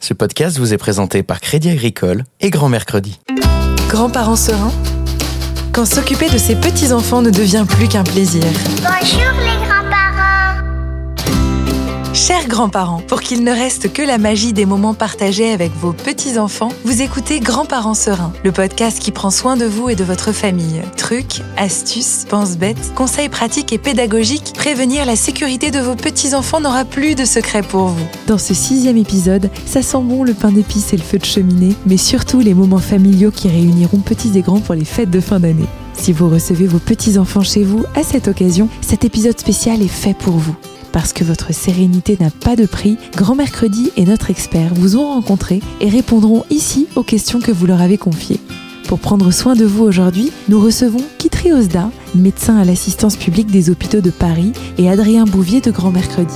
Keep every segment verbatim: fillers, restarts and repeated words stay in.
Ce podcast vous est présenté par Crédit Agricole et Grand Mercredi. Grands-parents sereins, quand s'occuper de ses petits-enfants ne devient plus qu'un plaisir. Bonjour les grands-parents. Chers grands-parents, pour qu'il ne reste que la magie des moments partagés avec vos petits-enfants, vous écoutez Grands-parents sereins, le podcast qui prend soin de vous et de votre famille. Trucs, astuces, pense-bêtes, conseils pratiques et pédagogiques, prévenir la sécurité de vos petits-enfants n'aura plus de secret pour vous. Dans ce sixième épisode, ça sent bon le pain d'épices et le feu de cheminée, mais surtout les moments familiaux qui réuniront petits et grands pour les fêtes de fin d'année. Si vous recevez vos petits-enfants chez vous à cette occasion, cet épisode spécial est fait pour vous. Parce que votre sérénité n'a pas de prix, Grand Mercredi et notre expert vous ont rencontré et répondront ici aux questions que vous leur avez confiées. Pour prendre soin de vous aujourd'hui, nous recevons Kitri Ozda, médecin à l'assistance publique des hôpitaux de Paris, et Adrien Bouvier de Grand Mercredi.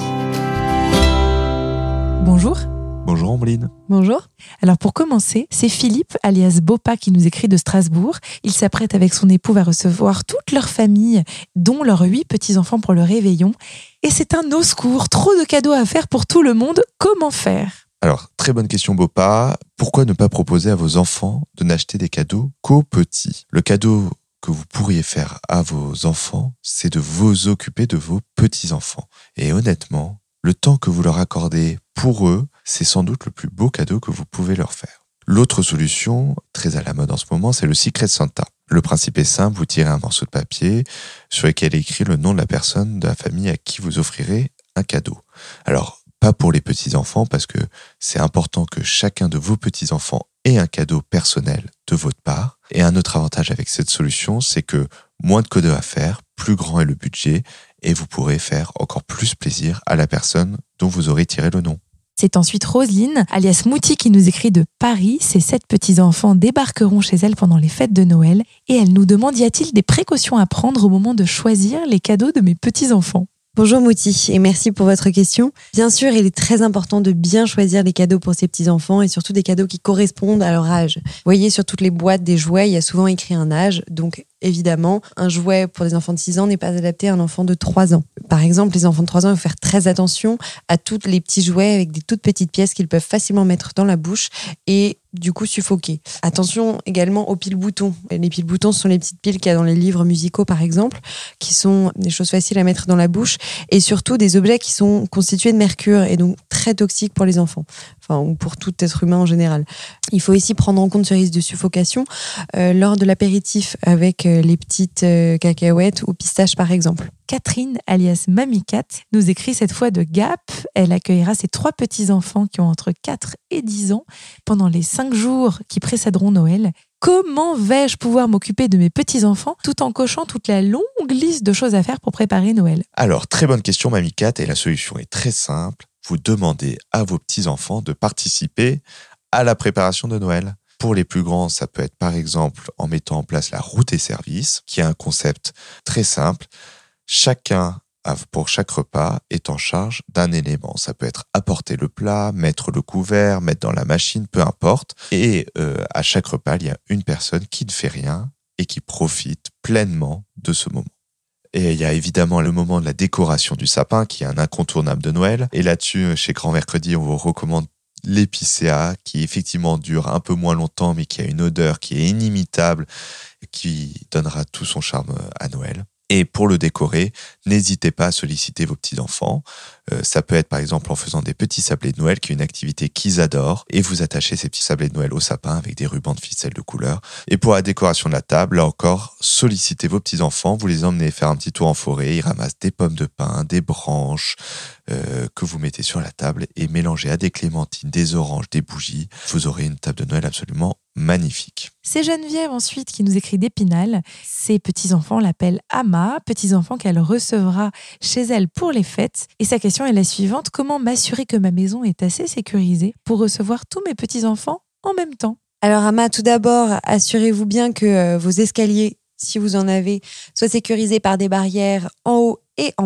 Bonjour. Bonjour Ambline. Bonjour. Alors pour commencer, c'est Philippe, alias Bopa, qui nous écrit de Strasbourg. Il s'apprête avec son épouse à recevoir toute leur famille, dont leurs huit petits-enfants pour le réveillon. Et c'est un au secours, trop de cadeaux à faire pour tout le monde. Comment faire ? Alors, très bonne question Bopa. Pourquoi ne pas proposer à vos enfants de n'acheter des cadeaux qu'aux petits ? Le cadeau que vous pourriez faire à vos enfants, c'est de vous occuper de vos petits-enfants. Et honnêtement, le temps que vous leur accordez pour eux, c'est sans doute le plus beau cadeau que vous pouvez leur faire. L'autre solution, très à la mode en ce moment, c'est le Secret Santa. Le principe est simple, vous tirez un morceau de papier sur lequel est écrit le nom de la personne de la famille à qui vous offrirez un cadeau. Alors, pas pour les petits-enfants, parce que c'est important que chacun de vos petits-enfants ait un cadeau personnel de votre part. Et un autre avantage avec cette solution, c'est que moins de cadeaux à faire, plus grand est le budget, et vous pourrez faire encore plus plaisir à la personne dont vous aurez tiré le nom. C'est ensuite Roselyne, alias Mouti, qui nous écrit de Paris. Ses sept petits-enfants débarqueront chez elle pendant les fêtes de Noël. Et elle nous demande, y a-t-il des précautions à prendre au moment de choisir les cadeaux de mes petits-enfants ? Bonjour Mouti et merci pour votre question. Bien sûr, il est très important de bien choisir les cadeaux pour ses petits-enfants et surtout des cadeaux qui correspondent à leur âge. Vous voyez, sur toutes les boîtes des jouets, il y a souvent écrit un âge, donc évidemment, un jouet pour des enfants de six ans n'est pas adapté à un enfant de trois ans. Par exemple, les enfants de trois ans, il faut faire très attention à tous les petits jouets avec des toutes petites pièces qu'ils peuvent facilement mettre dans la bouche et du coup suffoquer. Attention également aux piles-boutons. Les piles-boutons sont les petites piles qu'il y a dans les livres musicaux par exemple, qui sont des choses faciles à mettre dans la bouche et surtout des objets qui sont constitués de mercure et donc très toxiques pour les enfants, enfin ou pour tout être humain en général. Il faut aussi prendre en compte ce risque de suffocation euh, lors de l'apéritif avec euh, les petites euh, cacahuètes ou pistaches par exemple. Catherine, alias Mamie Cat, nous écrit cette fois de Gap. Elle accueillera ses trois petits-enfants qui ont entre quatre et dix ans pendant les cinq jours qui précéderont Noël. Comment vais-je pouvoir m'occuper de mes petits-enfants tout en cochant toute la longue liste de choses à faire pour préparer Noël ? Alors, très bonne question Mamie Cat, et la solution est très simple. Vous demandez à vos petits-enfants de participer à la préparation de Noël. Pour les plus grands, ça peut être par exemple en mettant en place la route et service, qui est un concept très simple. Chacun, pour chaque repas, est en charge d'un élément. Ça peut être apporter le plat, mettre le couvert, mettre dans la machine, peu importe. Et euh, à chaque repas, il y a une personne qui ne fait rien et qui profite pleinement de ce moment. Et il y a évidemment le moment de la décoration du sapin, qui est un incontournable de Noël. Et là-dessus, chez Grand Mercredi, on vous recommande l'épicéa, qui effectivement dure un peu moins longtemps, mais qui a une odeur qui est inimitable, qui donnera tout son charme à Noël. Et pour le décorer, n'hésitez pas à solliciter vos petits-enfants. Euh, ça peut être par exemple en faisant des petits sablés de Noël, qui est une activité qu'ils adorent. Et vous attachez ces petits sablés de Noël au sapin avec des rubans de ficelle de couleur. Et pour la décoration de la table, là encore, sollicitez vos petits-enfants. Vous les emmenez faire un petit tour en forêt. Ils ramassent des pommes de pin, des branches euh, que vous mettez sur la table et mélangez à des clémentines, des oranges, des bougies. Vous aurez une table de Noël absolument magnifique. C'est Geneviève ensuite qui nous écrit d'Épinal. Ses petits-enfants l'appellent Ama, petits-enfants qu'elle recevra chez elle pour les fêtes. Et sa question est la suivante: comment m'assurer que ma maison est assez sécurisée pour recevoir tous mes petits-enfants en même temps ? Alors Ama, tout d'abord, assurez-vous bien que euh, vos escaliers, si vous en avez, soient sécurisés par des barrières en haut et en bas.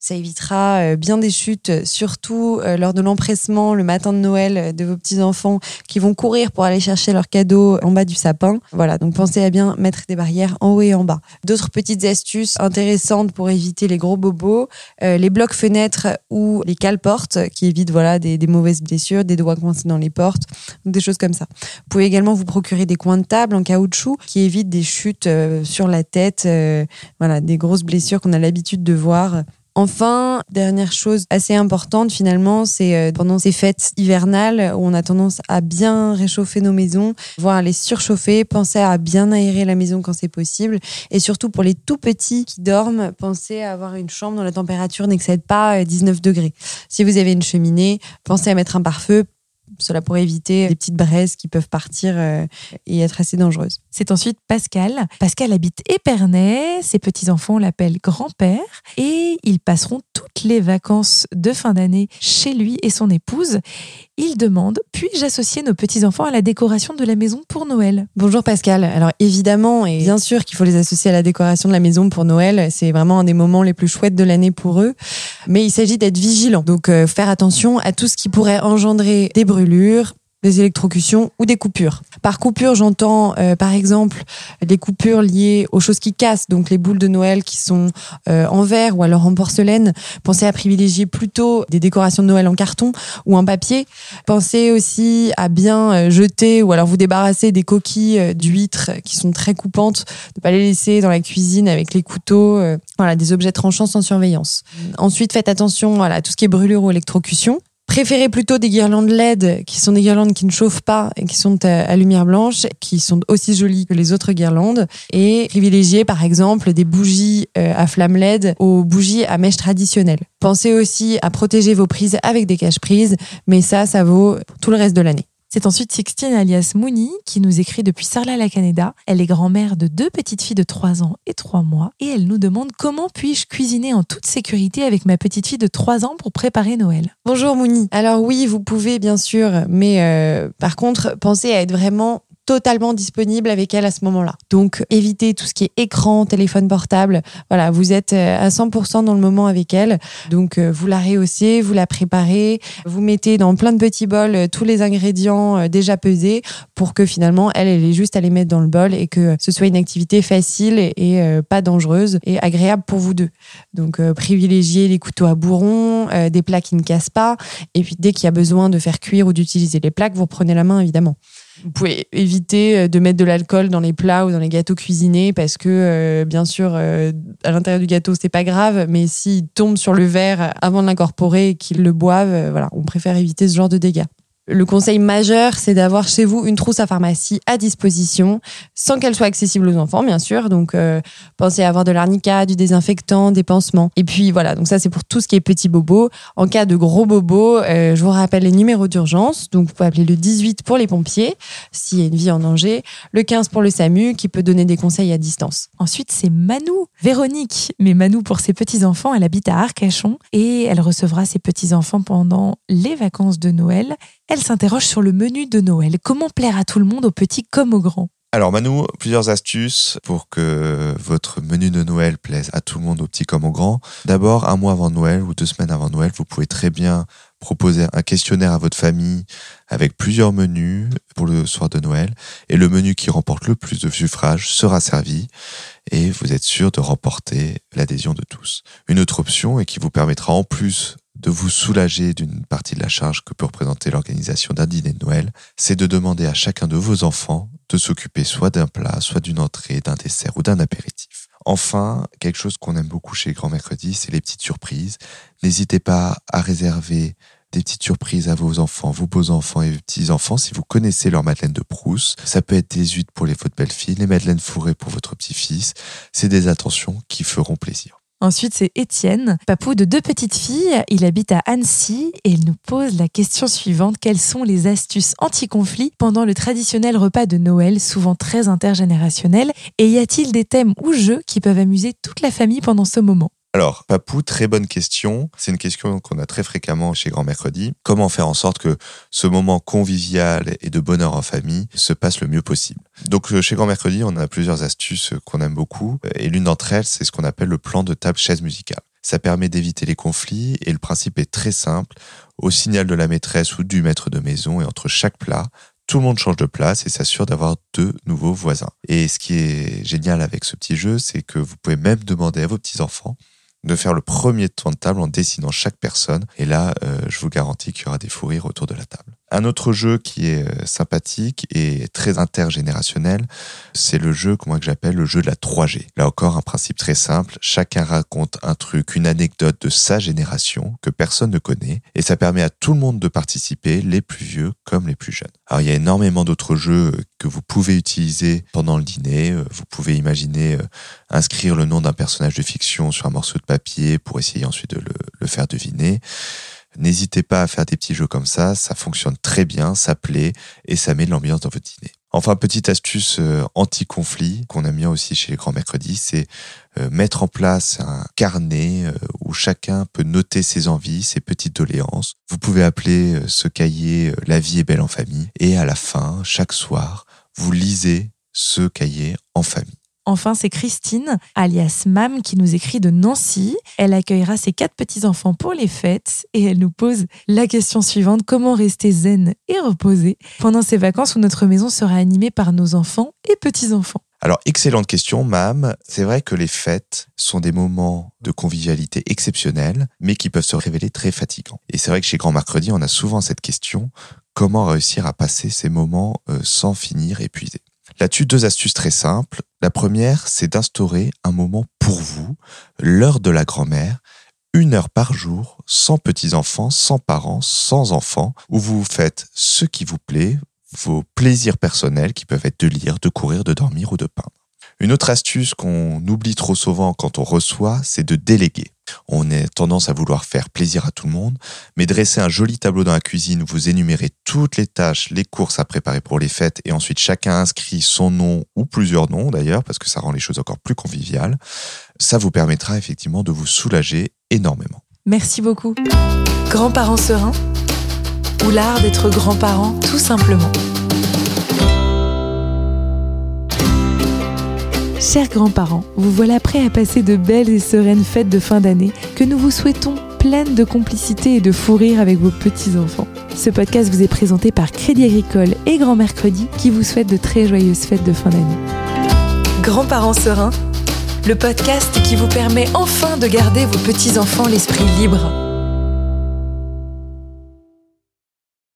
Ça évitera euh, bien des chutes, surtout euh, lors de l'empressement le matin de Noël euh, de vos petits-enfants qui vont courir pour aller chercher leurs cadeaux en bas du sapin. Voilà, donc pensez à bien mettre des barrières en haut et en bas. D'autres petites astuces intéressantes pour éviter les gros bobos, euh, les blocs fenêtres ou les cale-portes qui évitent voilà, des, des mauvaises blessures, des doigts coincés dans les portes, des choses comme ça. Vous pouvez également vous procurer des coins de table en caoutchouc qui évitent des chutes euh, sur la tête, euh, voilà, des grosses blessures qu'on a l'habitude de voir. Enfin, dernière chose assez importante finalement, c'est euh, pendant ces fêtes hivernales où on a tendance à bien réchauffer nos maisons, voire à les surchauffer, pensez à bien aérer la maison quand c'est possible. Et surtout pour les tout petits qui dorment, pensez à avoir une chambre dont la température n'excède pas dix-neuf degrés. Si vous avez une cheminée, pensez à mettre un pare-feu. Cela pourrait éviter des petites braises qui peuvent partir euh, et être assez dangereuses. C'est ensuite Pascal. Pascal habite Épernay, ses petits-enfants l'appellent grand-père et ils passeront toutes les vacances de fin d'année chez lui et son épouse. Il demande, puis-je associer nos petits-enfants à la décoration de la maison pour Noël ? Bonjour Pascal. Alors évidemment et bien sûr qu'il faut les associer à la décoration de la maison pour Noël. C'est vraiment un des moments les plus chouettes de l'année pour eux. Mais il s'agit d'être vigilant. Donc euh, faire attention à tout ce qui pourrait engendrer des brûlures, des électrocutions ou des coupures. Par coupure, j'entends euh, par exemple des coupures liées aux choses qui cassent, donc les boules de Noël qui sont euh, en verre ou alors en porcelaine. Pensez à privilégier plutôt des décorations de Noël en carton ou en papier. Pensez aussi à bien euh, jeter ou alors vous débarrasser des coquilles euh, d'huîtres qui sont très coupantes, ne pas les laisser dans la cuisine avec les couteaux, euh, voilà, des objets tranchants sans surveillance. Ensuite, faites attention voilà, à tout ce qui est brûlure ou électrocution. Préférez plutôt des guirlandes L E D qui sont des guirlandes qui ne chauffent pas et qui sont à lumière blanche, qui sont aussi jolies que les autres guirlandes. Et privilégiez par exemple des bougies à flamme L E D aux bougies à mèche traditionnelle. Pensez aussi à protéger vos prises avec des cache-prises, mais ça, ça vaut pour tout le reste de l'année. C'est ensuite Sixtine alias Mouni qui nous écrit depuis Sarlat-la-Canéda. Elle est grand-mère de deux petites filles de trois ans et trois mois et elle nous demande comment puis-je cuisiner en toute sécurité avec ma petite fille de trois ans pour préparer Noël. Bonjour Mouni. Alors oui, vous pouvez bien sûr, mais euh, par contre, pensez à être vraiment totalement disponible avec elle à ce moment-là. Donc, évitez tout ce qui est écran, téléphone portable. Voilà, vous êtes à cent pour cent dans le moment avec elle. Donc, vous la rehaussez, vous la préparez, vous mettez dans plein de petits bols tous les ingrédients déjà pesés pour que finalement, elle, elle ait juste à les mettre dans le bol et que ce soit une activité facile et euh, pas dangereuse et agréable pour vous deux. Donc, euh, privilégiez les couteaux à bourron, euh, des plats qui ne cassent pas. Et puis, dès qu'il y a besoin de faire cuire ou d'utiliser les plaques, vous reprenez la main, évidemment. Vous pouvez éviter de mettre de l'alcool dans les plats ou dans les gâteaux cuisinés parce que, euh, bien sûr, euh, à l'intérieur du gâteau, c'est pas grave, mais s'il tombe sur le verre avant de l'incorporer et qu'ils le boivent, euh, voilà, on préfère éviter ce genre de dégâts. Le conseil majeur, c'est d'avoir chez vous une trousse à pharmacie à disposition, sans qu'elle soit accessible aux enfants, bien sûr. Donc, euh, pensez à avoir de l'arnica, du désinfectant, des pansements. Et puis, voilà. Donc, ça, c'est pour tout ce qui est petits bobos. En cas de gros bobos, euh, je vous rappelle les numéros d'urgence. Donc, vous pouvez appeler le dix-huit pour les pompiers, s'il y a une vie en danger. Le quinze pour le SAMU, qui peut donner des conseils à distance. Ensuite, c'est Manou, Véronique. Mais Manou, pour ses petits-enfants, elle habite à Arcachon et elle recevra ses petits-enfants pendant les vacances de Noël. Elle s'interroge sur le menu de Noël. Comment plaire à tout le monde, aux petits comme aux grands ? Alors Manou, plusieurs astuces pour que votre menu de Noël plaise à tout le monde, aux petits comme aux grands. D'abord, un mois avant Noël ou deux semaines avant Noël, vous pouvez très bien proposer un questionnaire à votre famille avec plusieurs menus pour le soir de Noël. Et le menu qui remporte le plus de suffrages sera servi et vous êtes sûr de remporter l'adhésion de tous. Une autre option et qui vous permettra en plus de vous soulager d'une partie de la charge que peut représenter l'organisation d'un dîner de Noël, c'est de demander à chacun de vos enfants de s'occuper soit d'un plat, soit d'une entrée, d'un dessert ou d'un apéritif. Enfin, quelque chose qu'on aime beaucoup chez Grand Mercredi, c'est les petites surprises. N'hésitez pas à réserver des petites surprises à vos enfants, vos beaux-enfants et vos petits-enfants si vous connaissez leur Madeleine de Proust. Ça peut être des huîtres pour les votre belle-fille, les madeleines fourrées pour votre petit-fils. C'est des attentions qui feront plaisir. Ensuite, c'est Étienne, papou de deux petites filles. Il habite à Annecy et il nous pose la question suivante. Quelles sont les astuces anti-conflit pendant le traditionnel repas de Noël, souvent très intergénérationnel ? Et y a-t-il des thèmes ou jeux qui peuvent amuser toute la famille pendant ce moment ? Alors, Papou, très bonne question. C'est une question qu'on a très fréquemment chez Grand Mercredi. Comment faire en sorte que ce moment convivial et de bonheur en famille se passe le mieux possible ? Donc, chez Grand Mercredi, on a plusieurs astuces qu'on aime beaucoup. Et l'une d'entre elles, c'est ce qu'on appelle le plan de table chaise musicale. Ça permet d'éviter les conflits et le principe est très simple. Au signal de la maîtresse ou du maître de maison et entre chaque plat, tout le monde change de place et s'assure d'avoir deux nouveaux voisins. Et ce qui est génial avec ce petit jeu, c'est que vous pouvez même demander à vos petits-enfants de faire le premier tour de table en dessinant chaque personne. Et là, euh, je vous garantis qu'il y aura des fous rires autour de la table. Un autre jeu qui est euh, sympathique et très intergénérationnel, c'est le jeu que moi que j'appelle le jeu de la trois G. Là encore, un principe très simple. Chacun raconte un truc, une anecdote de sa génération que personne ne connaît. Et ça permet à tout le monde de participer, les plus vieux comme les plus jeunes. Alors, il y a énormément d'autres jeux que vous pouvez utiliser pendant le dîner. Vous pouvez imaginer euh, inscrire le nom d'un personnage de fiction sur un morceau de papier pour essayer ensuite de le, le faire deviner. N'hésitez pas à faire des petits jeux comme ça, ça fonctionne très bien, ça plaît et ça met de l'ambiance dans votre dîner. Enfin, petite astuce euh, anti-conflit qu'on aime bien aussi chez les Grands Mercredis, c'est euh, mettre en place un carnet euh, où chacun peut noter ses envies, ses petites doléances. Vous pouvez appeler euh, ce cahier euh, « La vie est belle en famille » et à la fin, chaque soir, vous lisez ce cahier en famille. Enfin, c'est Christine, alias Mam, qui nous écrit de Nancy. Elle accueillera ses quatre petits-enfants pour les fêtes et elle nous pose la question suivante. Comment rester zen et reposé pendant ces vacances où notre maison sera animée par nos enfants et petits-enfants? Alors, excellente question, Mam. C'est vrai que les fêtes sont des moments de convivialité exceptionnels, mais qui peuvent se révéler très fatigants. Et c'est vrai que chez Grand Mercredi, on a souvent cette question, comment réussir à passer ces moments euh, sans finir épuisé? Là-dessus, deux astuces très simples. La première, c'est d'instaurer un moment pour vous, l'heure de la grand-mère, une heure par jour, sans petits-enfants, sans parents, sans enfants, où vous faites ce qui vous plaît, vos plaisirs personnels qui peuvent être de lire, de courir, de dormir ou de peindre. Une autre astuce qu'on oublie trop souvent quand on reçoit, c'est de déléguer. On a tendance à vouloir faire plaisir à tout le monde, mais dresser un joli tableau dans la cuisine où vous énumérez toutes les tâches, les courses à préparer pour les fêtes et ensuite chacun inscrit son nom ou plusieurs noms d'ailleurs, parce que ça rend les choses encore plus conviviales, ça vous permettra effectivement de vous soulager énormément. Merci beaucoup. Grands-parents sereins ou l'art d'être grands-parents tout simplement. Chers grands-parents, vous voilà prêts à passer de belles et sereines fêtes de fin d'année que nous vous souhaitons pleines de complicité et de fou rire avec vos petits-enfants. Ce podcast vous est présenté par Crédit Agricole et Grand Mercredi qui vous souhaitent de très joyeuses fêtes de fin d'année. Grands-parents sereins, le podcast qui vous permet enfin de garder vos petits-enfants l'esprit libre.